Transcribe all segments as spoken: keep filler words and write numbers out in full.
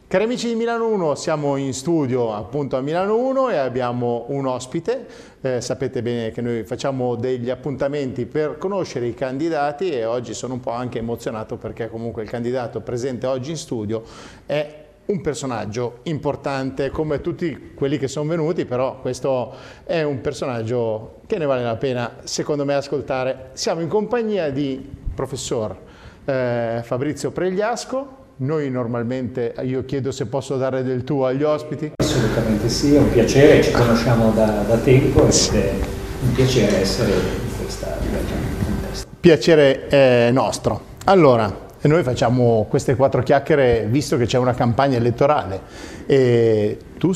Cari amici di Milano uno, siamo in studio appunto a Milano uno e abbiamo un ospite. Eh, sapete bene che noi facciamo degli appuntamenti per conoscere i candidati e oggi sono un po' anche emozionato perché comunque il candidato presente oggi in studio è un personaggio importante come tutti quelli che sono venuti, però questo è un personaggio che ne vale la pena secondo me ascoltare. Siamo in compagnia di professor eh, Fabrizio Pregliasco. Noi normalmente, io chiedo se posso dare del tu agli ospiti. Assolutamente sì, è un piacere, ci conosciamo da, da tempo ed è un piacere essere in questa contesta. Piacere è nostro. Allora, noi facciamo queste quattro chiacchiere visto che c'è una campagna elettorale e tu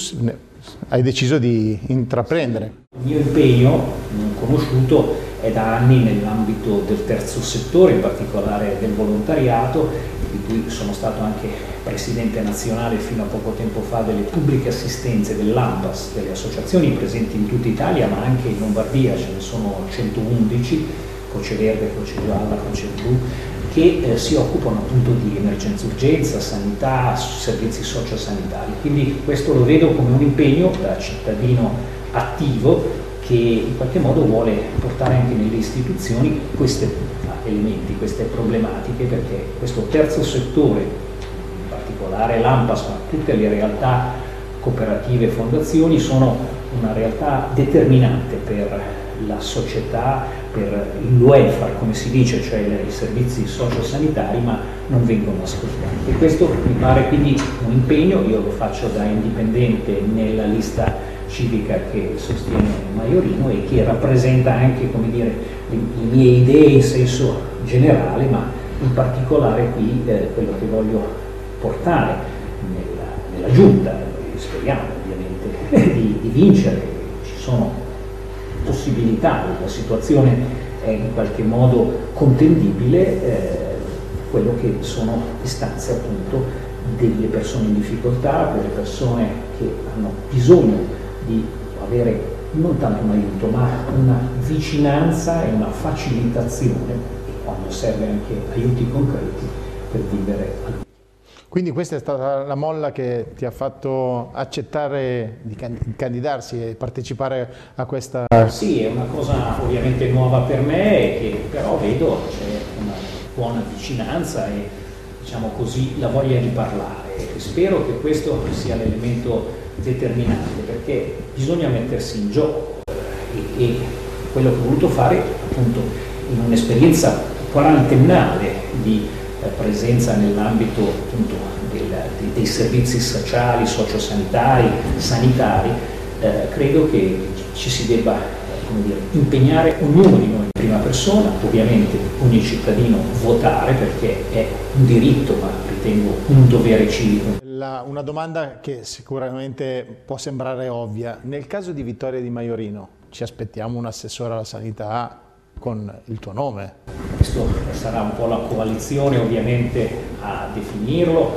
hai deciso di intraprendere. Il mio impegno non conosciuto è da anni nell'ambito del terzo settore, in particolare del volontariato, di cui sono stato anche presidente nazionale fino a poco tempo fa delle pubbliche assistenze dell'ANPAS, delle associazioni presenti in tutta Italia ma anche in Lombardia, ce ne sono centoundici, Croce Verde, Croce Gialla, Croce Blu, che eh, si occupano appunto di emergenza urgenza, sanità, servizi sociosanitari. Quindi questo lo vedo come un impegno da cittadino attivo che in qualche modo vuole portare anche nelle istituzioni questi elementi, queste problematiche, perché questo terzo settore, in particolare l'ANPAS, ma tutte le realtà cooperative e fondazioni, sono una realtà determinante per la società, per il welfare, come si dice, cioè i servizi sociosanitari, ma non vengono ascoltati. E questo mi pare quindi un impegno, io lo faccio da indipendente nella lista civica che sostiene Maiorino e che rappresenta anche, come dire, le, le mie idee in senso generale, ma in particolare qui eh, quello che voglio portare nella, nella giunta, speriamo ovviamente di, di vincere, ci sono possibilità, la situazione è in qualche modo contendibile, eh, quello che sono istanze appunto delle persone in difficoltà, delle persone che hanno bisogno di avere non tanto un aiuto ma una vicinanza e una facilitazione e quando serve anche aiuti concreti per vivere al meglio. Quindi questa è stata la molla che ti ha fatto accettare di candidarsi e partecipare a questa... Sì, è una cosa ovviamente nuova per me e che però vedo c'è una buona vicinanza e diciamo così la voglia di parlare e spero che questo sia l'elemento determinante, perché bisogna mettersi in gioco e, e quello che ho voluto fare appunto in un'esperienza quarantennale di eh, presenza nell'ambito appunto del, dei, dei servizi sociali, sociosanitari, sanitari, eh, credo che ci si debba eh, come dire, impegnare ognuno di noi in prima persona, ovviamente ogni cittadino votare perché è un diritto ma ritengo un dovere civico. La, una domanda che sicuramente può sembrare ovvia, nel caso di vittoria di Maiorino ci aspettiamo un assessore alla sanità con il tuo nome? Questo sarà un po' la coalizione ovviamente a definirlo.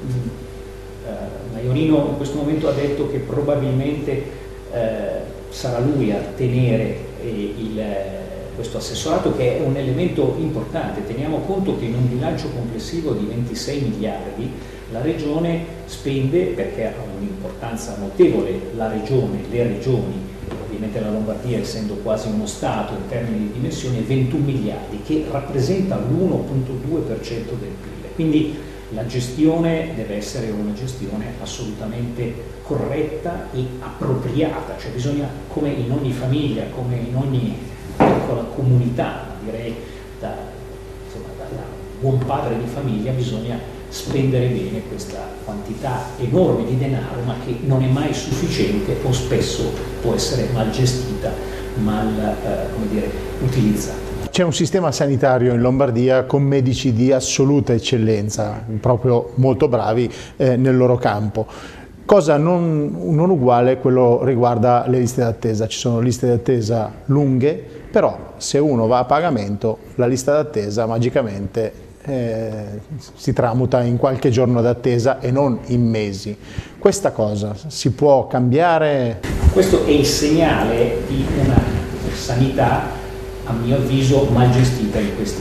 Eh, Maiorino in questo momento ha detto che probabilmente eh, sarà lui a tenere eh, il, questo assessorato, che è un elemento importante. Teniamo conto che in un bilancio complessivo di ventisei miliardi la Regione spende, perché ha un'importanza notevole, la Regione, le regioni, ovviamente la Lombardia essendo quasi uno Stato in termini di dimensione, ventuno miliardi, che rappresenta l'uno virgola due per cento del P I L. Quindi la gestione deve essere una gestione assolutamente corretta e appropriata, cioè bisogna, come in ogni famiglia, come in ogni piccola comunità, direi da, insomma, da, da buon padre di famiglia, bisogna spendere bene questa quantità enorme di denaro, ma che non è mai sufficiente o spesso può essere mal gestita, mal eh, come dire, utilizzata. C'è un sistema sanitario in Lombardia con medici di assoluta eccellenza, proprio molto bravi eh, nel loro campo. Cosa non, non uguale quello riguarda le liste d'attesa. Ci sono liste d'attesa lunghe, però se uno va a pagamento la lista d'attesa magicamente Eh, si tramuta in qualche giorno d'attesa e non in mesi. Questa cosa si può cambiare? Questo è il segnale di una sanità, a mio avviso, mal gestita in questi anni.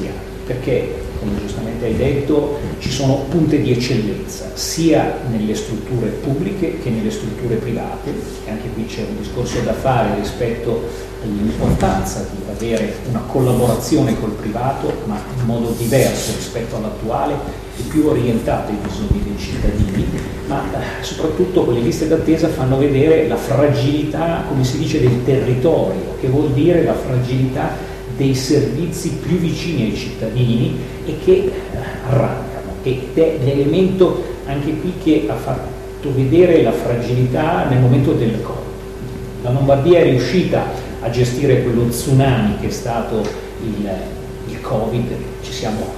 perché, come giustamente hai detto, ci sono punte di eccellenza sia nelle strutture pubbliche che nelle strutture private, e anche qui c'è un discorso da fare rispetto all'importanza di avere una collaborazione col privato, ma in modo diverso rispetto all'attuale e più orientato ai bisogni dei cittadini, ma soprattutto quelle liste d'attesa fanno vedere la fragilità, come si dice, del territorio, che vuol dire la fragilità dei servizi più vicini ai cittadini e che arrancano, ed è l'elemento anche qui che ha fatto vedere la fragilità nel momento del Covid. La Lombardia è riuscita a gestire quello tsunami che è stato il, il Covid, ci siamo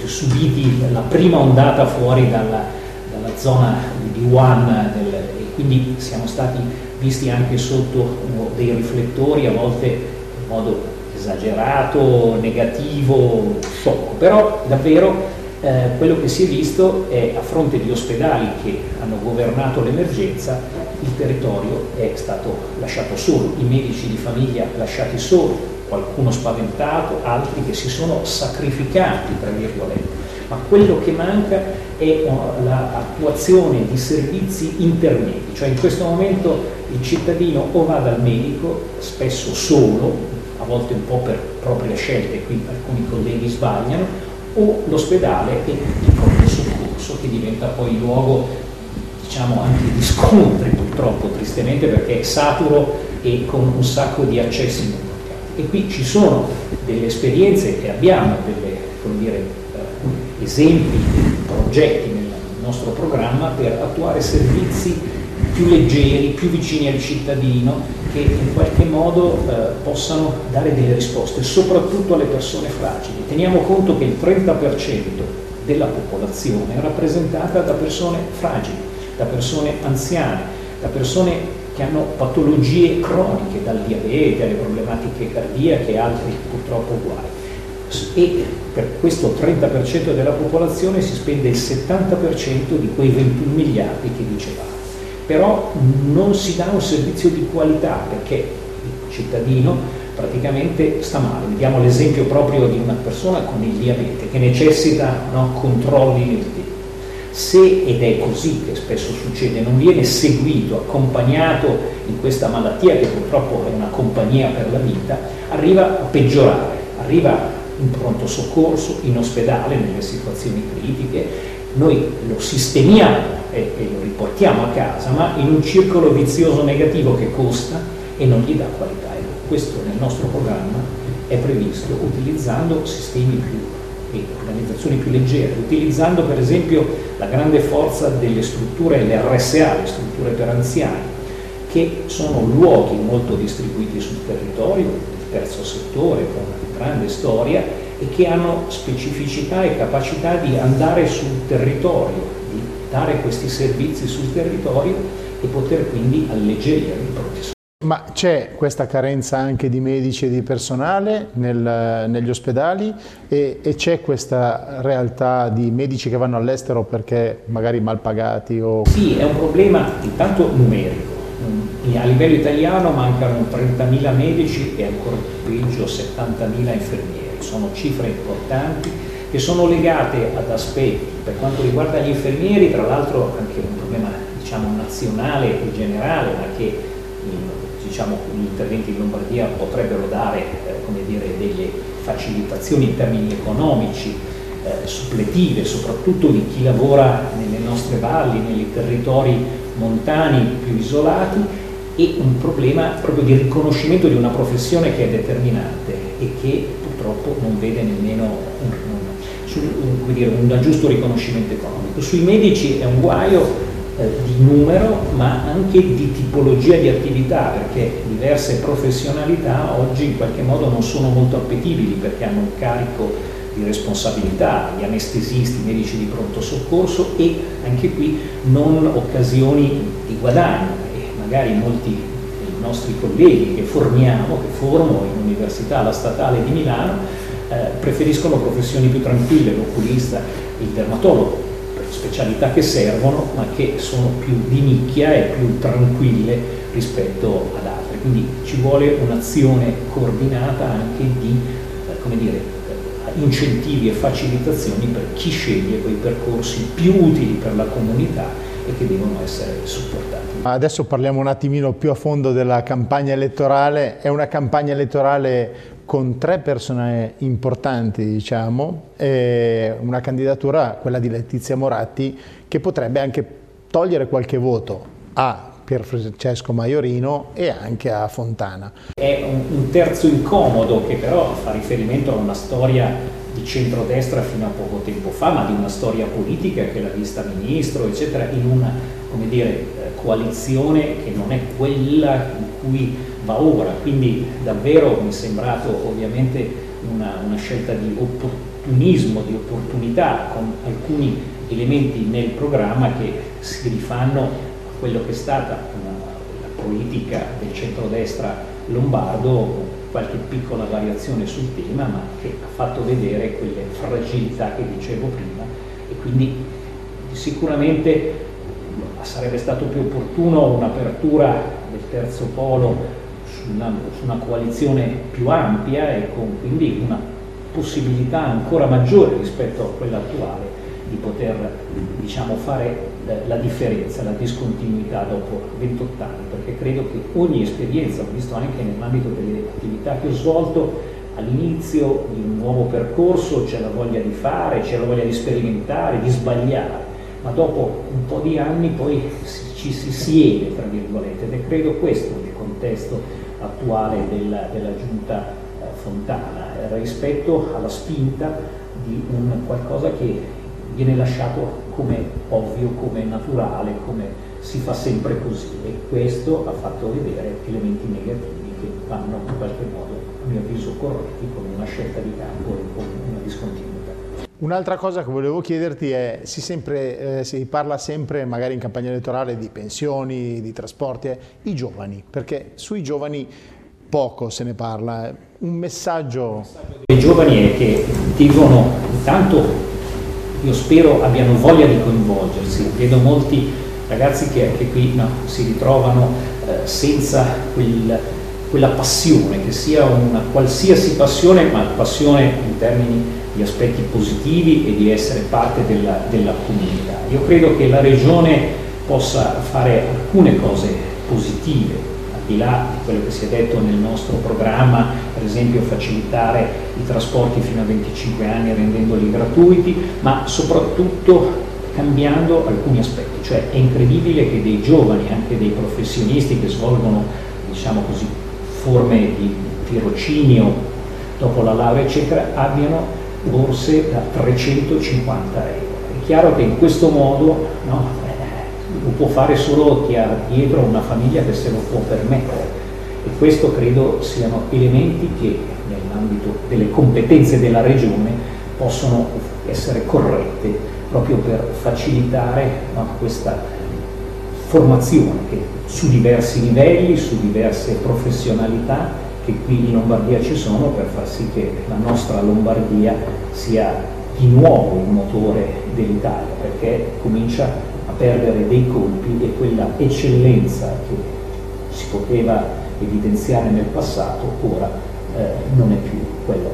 subiti la prima ondata fuori dalla, dalla zona di Wuhan del, e quindi siamo stati visti anche sotto dei riflettori, a volte in modo esagerato, negativo, sciocco, però davvero eh, quello che si è visto è, a fronte di ospedali che hanno governato l'emergenza, il territorio è stato lasciato solo, i medici di famiglia lasciati soli, qualcuno spaventato, altri che si sono sacrificati, tra virgolette. Ma quello che manca è l'attuazione di servizi intermedi, cioè in questo momento il cittadino o va dal medico, spesso solo, a volte un po' per proprie scelte, qui alcuni colleghi sbagliano, o l'ospedale e il pronto soccorso, che diventa poi luogo, diciamo, anche di scontri, purtroppo, tristemente, perché è saturo e con un sacco di accessi non bloccati. E qui ci sono delle esperienze e abbiamo delle, come dire, eh, esempi, progetti nel nostro programma per attuare servizi più leggeri, più vicini al cittadino, che in qualche modo eh, possano dare delle risposte, soprattutto alle persone fragili. Teniamo conto che il trenta per cento della popolazione è rappresentata da persone fragili, da persone anziane, da persone che hanno patologie croniche, dal diabete alle problematiche cardiache e altri purtroppo guai. E per questo trenta per cento della popolazione si spende il settanta per cento di quei ventuno miliardi che dicevamo. Però non si dà un servizio di qualità, perché il cittadino praticamente sta male. Vediamo l'esempio proprio di una persona con il diabete che necessita, no, controlli nel tempo. Se, ed è così che spesso succede, non viene seguito, accompagnato in questa malattia, che purtroppo è una compagnia per la vita, arriva a peggiorare, arriva in pronto soccorso, in ospedale, nelle situazioni critiche. Noi lo sistemiamo e, e lo riportiamo a casa, ma in un circolo vizioso negativo che costa e non gli dà qualità. E questo nel nostro programma è previsto utilizzando sistemi più e organizzazioni più leggere, utilizzando per esempio la grande forza delle strutture, le R S A, le strutture per anziani, che sono luoghi molto distribuiti sul territorio, del terzo settore, con una grande storia, e che hanno specificità e capacità di andare sul territorio, di dare questi servizi sul territorio e poter quindi alleggerire il processo. Ma c'è questa carenza anche di medici e di personale nel, negli ospedali e, e c'è questa realtà di medici che vanno all'estero perché magari mal pagati? O... Sì, è un problema intanto numerico. A livello italiano mancano trentamila medici e ancora peggio settantamila infermieri. Sono cifre importanti che sono legate ad aspetti, per quanto riguarda gli infermieri, tra l'altro anche un problema, diciamo, nazionale e generale, ma che diciamo, gli interventi in Lombardia potrebbero dare eh, come dire, delle facilitazioni in termini economici, eh, suppletive, soprattutto di chi lavora nelle nostre valli, nei territori montani più isolati, e un problema proprio di riconoscimento di una professione che è determinante e che purtroppo non vede nemmeno un, un, sul, un, come dire, un giusto riconoscimento economico. Sui medici è un guaio eh, di numero, ma anche di tipologia di attività, perché diverse professionalità oggi in qualche modo non sono molto appetibili, perché hanno un carico di responsabilità, gli anestesisti, i medici di pronto soccorso, e anche qui non occasioni di guadagno. Magari molti dei nostri colleghi che formiamo, che formo in università, la Statale di Milano, eh, preferiscono professioni più tranquille, l'oculista, il dermatologo, specialità che servono ma che sono più di nicchia e più tranquille rispetto ad altre. Quindi ci vuole un'azione coordinata anche di, eh, come dire, incentivi e facilitazioni per chi sceglie quei percorsi più utili per la comunità e che devono essere supportati. Adesso parliamo un attimino più a fondo della campagna elettorale. È una campagna elettorale con tre persone importanti, diciamo, e una candidatura, quella di Letizia Moratti, che potrebbe anche togliere qualche voto a Pier Francesco Maiorino e anche a Fontana. È un, un terzo incomodo che però fa riferimento a una storia di centrodestra fino a poco tempo fa, ma di una storia politica che l'ha vista ministro, eccetera, in una, come dire, coalizione che non è quella in cui va ora. Quindi davvero mi è sembrato ovviamente una, una scelta di opportunismo, di opportunità, con alcuni elementi nel programma che si rifanno quello che è stata una, la politica del centrodestra lombardo, con qualche piccola variazione sul tema, ma che ha fatto vedere quelle fragilità che dicevo prima, e quindi sicuramente sarebbe stato più opportuno un'apertura del terzo polo su una, su una coalizione più ampia e con quindi una possibilità ancora maggiore rispetto a quella attuale di poter, diciamo, fare la differenza, la discontinuità dopo ventotto anni, perché credo che ogni esperienza, ho visto anche nell'ambito delle attività che ho svolto, all'inizio di un nuovo percorso c'è la voglia di fare, c'è la voglia di sperimentare, di sbagliare, ma dopo un po' di anni poi ci si siede, tra virgolette, ed è credo questo il contesto attuale della, della giunta eh, Fontana, rispetto alla spinta di un qualcosa che viene lasciato come ovvio, come naturale, come si fa sempre così, e questo ha fatto vedere elementi negativi che vanno in qualche modo, a mio avviso, corretti con una scelta di campo e con una discontinuità. Un'altra cosa che volevo chiederti è, si, sempre, eh, si parla sempre magari in campagna elettorale di pensioni, di trasporti, eh, i giovani, perché sui giovani poco se ne parla. Un messaggio... I giovani è che devono intanto, io spero abbiano voglia di coinvolgersi, vedo molti ragazzi che anche qui no, si ritrovano eh, senza quel, quella passione, che sia una qualsiasi passione, ma passione in termini di aspetti positivi e di essere parte della, della comunità. Io credo che la Regione possa fare alcune cose positive, al di là di quello che si è detto nel nostro programma, per esempio facilitare i trasporti fino a venticinque anni rendendoli gratuiti, ma soprattutto cambiando alcuni aspetti. Cioè è incredibile che dei giovani, anche dei professionisti che svolgono, diciamo così, forme di tirocinio dopo la laurea eccetera, abbiano borse da trecentocinquanta euro. È chiaro che in questo modo, no, lo può fare solo chi ha dietro una famiglia che se lo può permettere, e questo credo siano elementi che nell'ambito delle competenze della Regione possono essere corrette proprio per facilitare, no, questa formazione che su diversi livelli, su diverse professionalità che qui in Lombardia ci sono, per far sì che la nostra Lombardia sia di nuovo il motore dell'Italia, perché comincia a perdere dei colpi e quella eccellenza che si poteva evidenziare nel passato ora eh, non è più quella.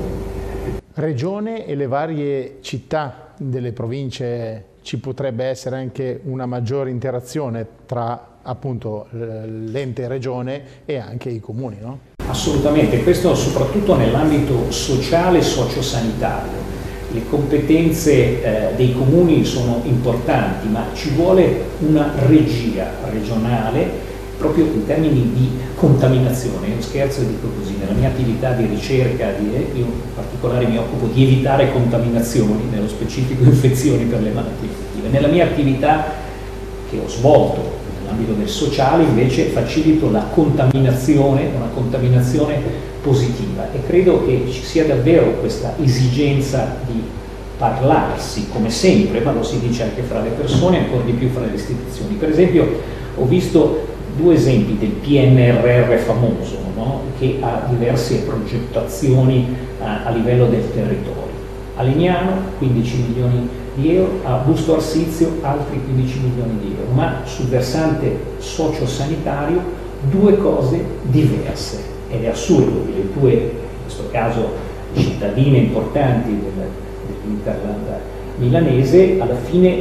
Regione e le varie città delle province, ci potrebbe essere anche una maggiore interazione tra appunto l'ente regione e anche i comuni, no? Assolutamente, questo soprattutto nell'ambito sociale e sociosanitario. Le competenze eh, dei comuni sono importanti, ma ci vuole una regia regionale proprio in termini di contaminazione. Io scherzo e dico così, nella mia attività di ricerca, di, io in particolare mi occupo di evitare contaminazioni, nello specifico infezioni per le malattie infettive. Nella mia attività che ho svolto nell'ambito del sociale invece facilito la contaminazione, una contaminazione positiva, e credo che ci sia davvero questa esigenza di parlarsi come sempre, ma lo si dice anche fra le persone, ancora di più fra le istituzioni. Per esempio ho visto due esempi del P N R R famoso, no? Che ha diverse progettazioni a, a livello del territorio. A Legnano quindici milioni di euro, a Busto Arsizio altri quindici milioni di euro, ma sul versante sociosanitario due cose diverse, ed è assurdo che le due, in questo caso cittadine importanti del, dell'Interland milanese, alla fine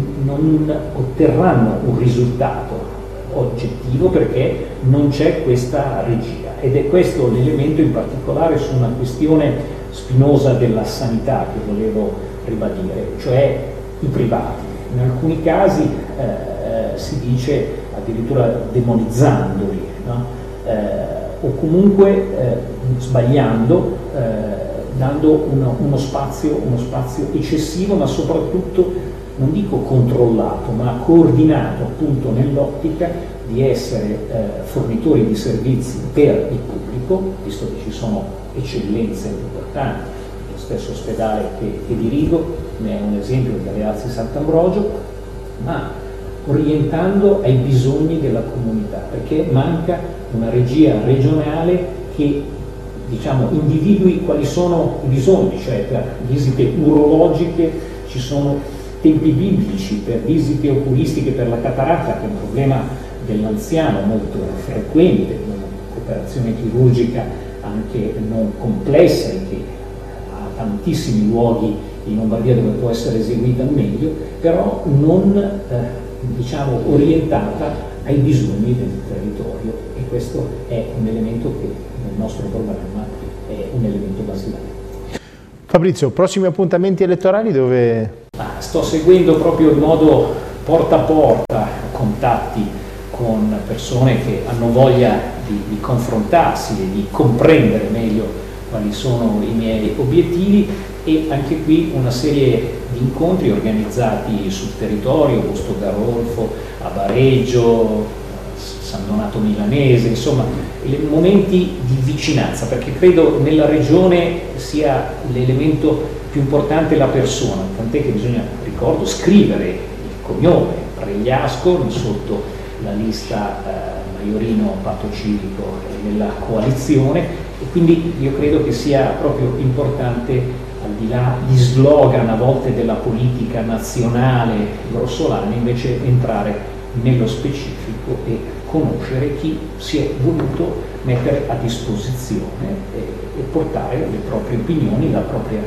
non otterranno un risultato oggettivo perché non c'è questa regia, ed è questo l'elemento in particolare su una questione spinosa della sanità che volevo ribadire, cioè i privati. In alcuni casi eh, si dice addirittura demonizzandoli, no? eh, o comunque eh, sbagliando, eh, dando uno, uno, spazio, uno spazio eccessivo, ma soprattutto non dico controllato, ma coordinato appunto nell'ottica di essere eh, fornitori di servizi per il pubblico, visto che ci sono eccellenze importanti. Lo stesso ospedale che, che dirigo ne è un esempio, il Galeazzi Sant'Ambrogio, ma orientando ai bisogni della comunità, perché manca una regia regionale che, diciamo, individui quali sono i bisogni, cioè per visite urologiche ci sono tempi biblici, per visite oculistiche per la cataratta, che è un problema dell'anziano molto frequente, un'operazione chirurgica anche non complessa e che ha tantissimi luoghi in Lombardia dove può essere eseguita al meglio, però non eh, diciamo orientata ai bisogni del territorio, e questo è un elemento che nel nostro programma è un elemento basilare. Fabrizio, prossimi appuntamenti elettorali dove? Ah, sto seguendo proprio in modo porta a porta contatti con persone che hanno voglia di, di confrontarsi e di comprendere meglio quali sono i miei obiettivi, e anche qui una serie di incontri organizzati sul territorio, Busto Garolfo, a Bareggio, San Donato Milanese, insomma momenti di vicinanza, perché credo nella regione sia l'elemento più importante la persona, tant'è che bisogna, ricordo, scrivere il cognome Pregliasco sotto la lista eh, Maiorino Patto Civico della coalizione, e quindi io credo che sia proprio importante, al di là di slogan a volte della politica nazionale grossolana, invece entrare nello specifico e conoscere chi si è voluto mettere a disposizione e, e portare le proprie opinioni, la propria,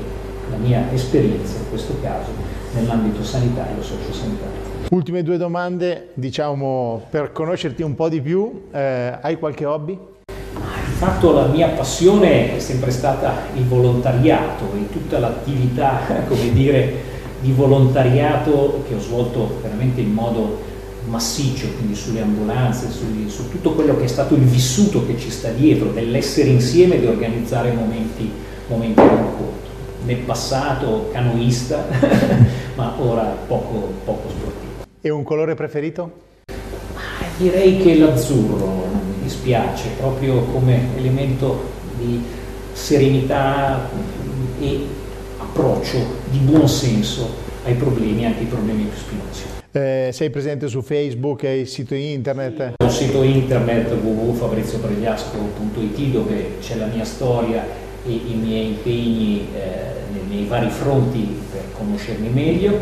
la mia esperienza in questo caso nell'ambito sanitario e sociosanitario. Ultime due domande, diciamo, per conoscerti un po' di più, eh, hai qualche hobby? Di fatto la mia passione è sempre stata il volontariato e tutta l'attività, come dire, di volontariato che ho svolto veramente in modo massiccio, quindi sulle ambulanze, su, su tutto quello che è stato il vissuto che ci sta dietro, dell'essere insieme e di organizzare momenti, momenti di incontro. Nel passato canoista, ma ora poco, poco sportivo. E un colore preferito? Ah, direi che l'azzurro, non mi dispiace, proprio come elemento di serenità e approccio di buon senso ai problemi, anche ai problemi più spinosi. Eh, sei presente su Facebook e il sito internet? Ho un sito internet w w w punto fabrizio pregliasco punto i t dove c'è la mia storia e i miei impegni eh, nei, nei vari fronti per conoscermi meglio,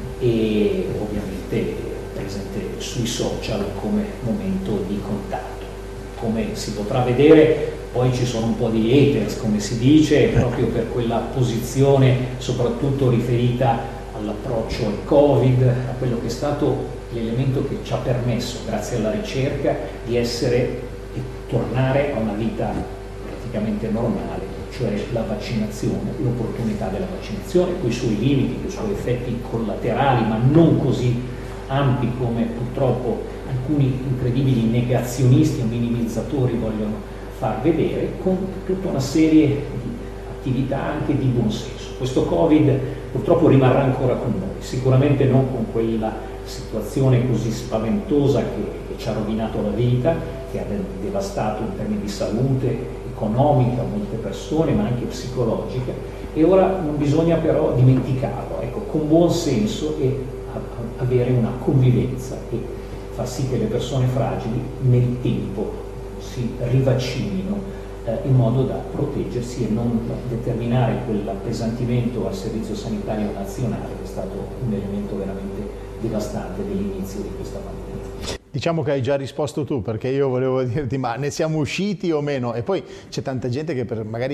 e ovviamente presente sui social come momento di contatto. Come si potrà vedere, poi ci sono un po' di haters, come si dice, proprio per quella posizione soprattutto riferita all'approccio al Covid, a quello che è stato l'elemento che ci ha permesso, grazie alla ricerca, di essere e tornare a una vita praticamente normale, cioè la vaccinazione, l'opportunità della vaccinazione, con i suoi limiti, con i suoi effetti collaterali, ma non così ampi come purtroppo alcuni incredibili negazionisti o minimizzatori vogliono far vedere, con tutta una serie di attività anche di buon senso. Questo Covid purtroppo rimarrà ancora con noi, sicuramente non con quella situazione così spaventosa che, che ci ha rovinato la vita, che ha devastato in termini di salute, economica, molte persone, ma anche psicologica, e ora non bisogna però dimenticarlo, ecco, con buon senso, e a, a, avere una convivenza e far sì che le persone fragili nel tempo si rivaccinino in modo da proteggersi e non determinare quell'appesantimento al servizio sanitario nazionale, che è stato un elemento veramente devastante dell'inizio di questa pandemia. Diciamo che hai già risposto tu, perché io volevo dirti ma ne siamo usciti o meno, e poi c'è tanta gente che per, magari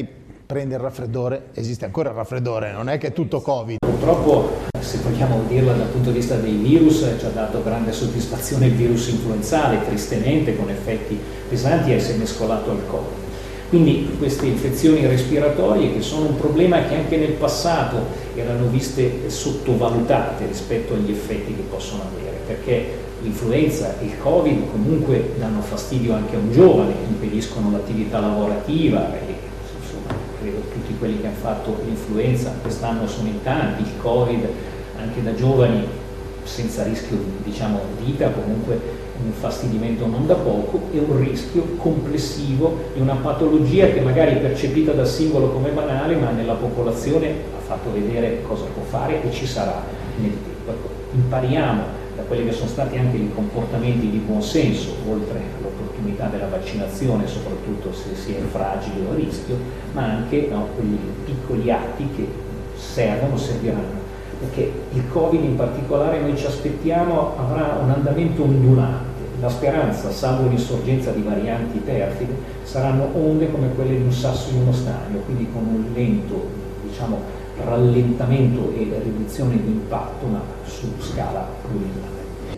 prende il raffreddore, esiste ancora il raffreddore, non è che è tutto Covid. Purtroppo, se vogliamo dirla dal punto di vista dei virus, ci ha dato grande soddisfazione il virus influenzale, tristemente con effetti pesanti, e si è mescolato al Covid. Quindi queste infezioni respiratorie, che sono un problema che anche nel passato erano viste sottovalutate rispetto agli effetti che possono avere, perché l'influenza e il Covid comunque danno fastidio anche a un giovane, impediscono l'attività lavorativa, e insomma credo tutti quelli che hanno fatto l'influenza quest'anno sono in tanti, il Covid anche da giovani senza rischio, diciamo, di vita, comunque un fastidimento non da poco e un rischio complessivo di una patologia che magari è percepita dal singolo come banale, ma nella popolazione ha fatto vedere cosa può fare e ci sarà nel tempo. Ecco, impariamo da quelli che sono stati anche i comportamenti di buon senso, oltre all'opportunità della vaccinazione, soprattutto se si è fragili o a rischio, ma anche, no, quegli piccoli atti che servono, serviranno. Perché il Covid in particolare, noi ci aspettiamo, avrà un andamento ondulante. La speranza, salvo l'insorgenza di varianti perfide, saranno onde come quelle di un sasso in uno stagno, quindi con un lento, diciamo, rallentamento e riduzione di impatto, ma su scala pluriennale.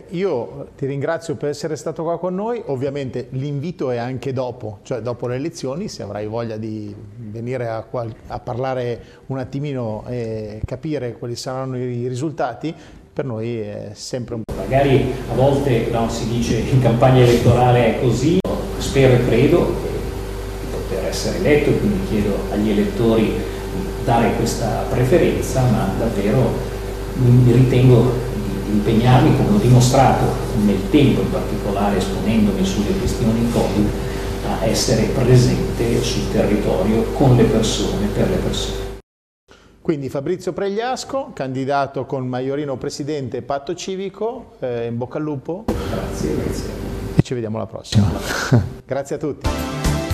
Io ti ringrazio per essere stato qua con noi, ovviamente l'invito è anche dopo, cioè dopo le elezioni, se avrai voglia di venire a, a parlare un attimino e capire quali saranno i risultati, per noi è sempre un po'. Magari a volte, no, si dice in campagna elettorale è così, spero e credo di poter essere eletto, quindi chiedo agli elettori di dare questa preferenza, ma davvero mi ritengo impegnarmi, come ho dimostrato nel tempo, in particolare esponendomi sulle questioni Covid, a essere presente sul territorio con le persone, per le persone. Quindi Fabrizio Pregliasco, candidato con Maiorino presidente Patto Civico, eh, in bocca al lupo. Grazie, grazie. E ci vediamo alla prossima. Grazie a tutti.